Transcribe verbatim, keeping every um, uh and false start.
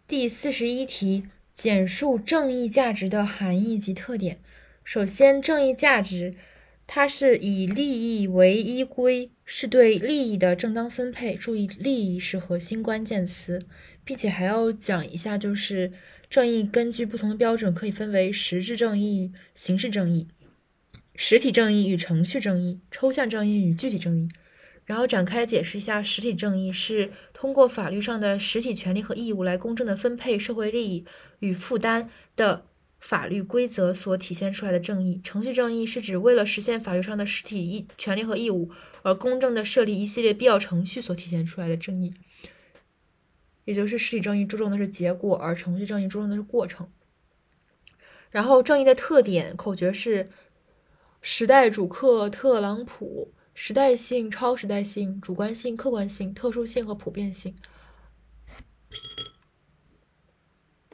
第四十一题，简述正义价值的含义及特点。首先，正义价值，它是以利益为依归，是对利益的正当分配。注意，利益是核心关键词，并且还要讲一下，就是正义根据不同的标准可以分为实质正义、形式正义、实体正义与程序正义、抽象正义与具体正义。然后展开解释一下，实体正义是通过法律上的实体权利和义务来公正的分配社会利益与负担的法律规则所体现出来的正义。程序正义是指为了实现法律上的实体权利和义务而公正的设立一系列必要程序所体现出来的正义。也就是实体正义注重的是结果，而程序正义注重的是过程。然后正义的特点口诀是时代主客特朗普，时代性、超时代性、主观性、客观性、特殊性和普遍性。